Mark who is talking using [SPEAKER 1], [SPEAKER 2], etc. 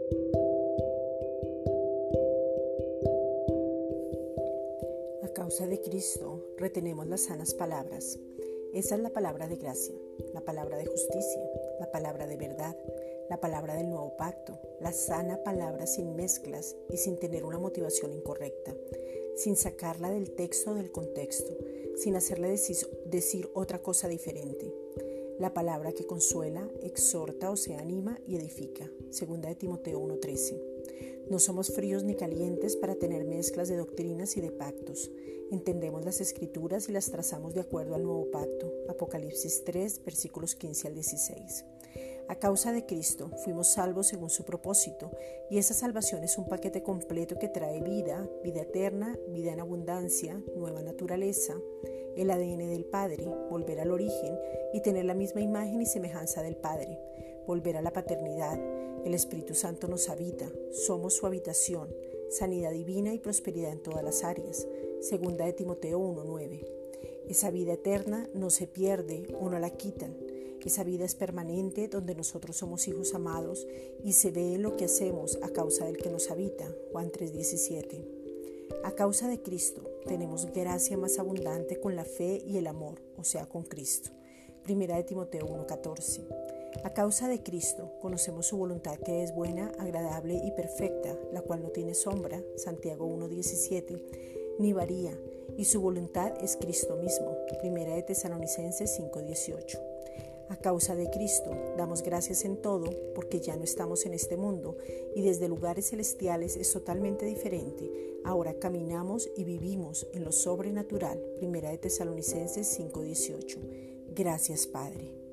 [SPEAKER 1] A causa de Cristo, retenemos las sanas palabras. Esa es la palabra de gracia, la palabra de justicia, la palabra de verdad, la palabra del nuevo pacto, la sana palabra sin mezclas y sin tener una motivación incorrecta, sin sacarla del texto o del contexto, sin hacerle decir otra cosa diferente. La palabra que consuela, exhorta o se anima y edifica. 2 de Timoteo 1:13. No somos fríos ni calientes para tener mezclas de doctrinas y de pactos. Entendemos las escrituras y las trazamos de acuerdo al nuevo pacto. Apocalipsis 3, versículos 15 al 16. A causa de Cristo fuimos salvos según su propósito, y esa salvación es un paquete completo que trae vida, vida eterna, vida en abundancia, nueva naturaleza, el ADN del Padre, volver al origen y tener la misma imagen y semejanza del Padre, volver a la paternidad. El Espíritu Santo nos habita, somos su habitación, sanidad divina y prosperidad en todas las áreas. 2 de Timoteo 1:9. Esa vida eterna no se pierde o no la quitan. Esa vida es permanente, donde nosotros somos hijos amados y se ve en lo que hacemos a causa del que nos habita. Juan 3:17. A causa de Cristo tenemos gracia más abundante con la fe y el amor, o sea, con Cristo. 1 de Timoteo 1:14. A causa de Cristo conocemos su voluntad, que es buena, agradable y perfecta, la cual no tiene sombra, Santiago 1:17, ni varía, y su voluntad es Cristo mismo, 1 de Tesalonicenses 5:18. A causa de Cristo damos gracias en todo, porque ya no estamos en este mundo y desde lugares celestiales es totalmente diferente. Ahora caminamos y vivimos en lo sobrenatural. 1 de Tesalonicenses 5:18. Gracias, Padre.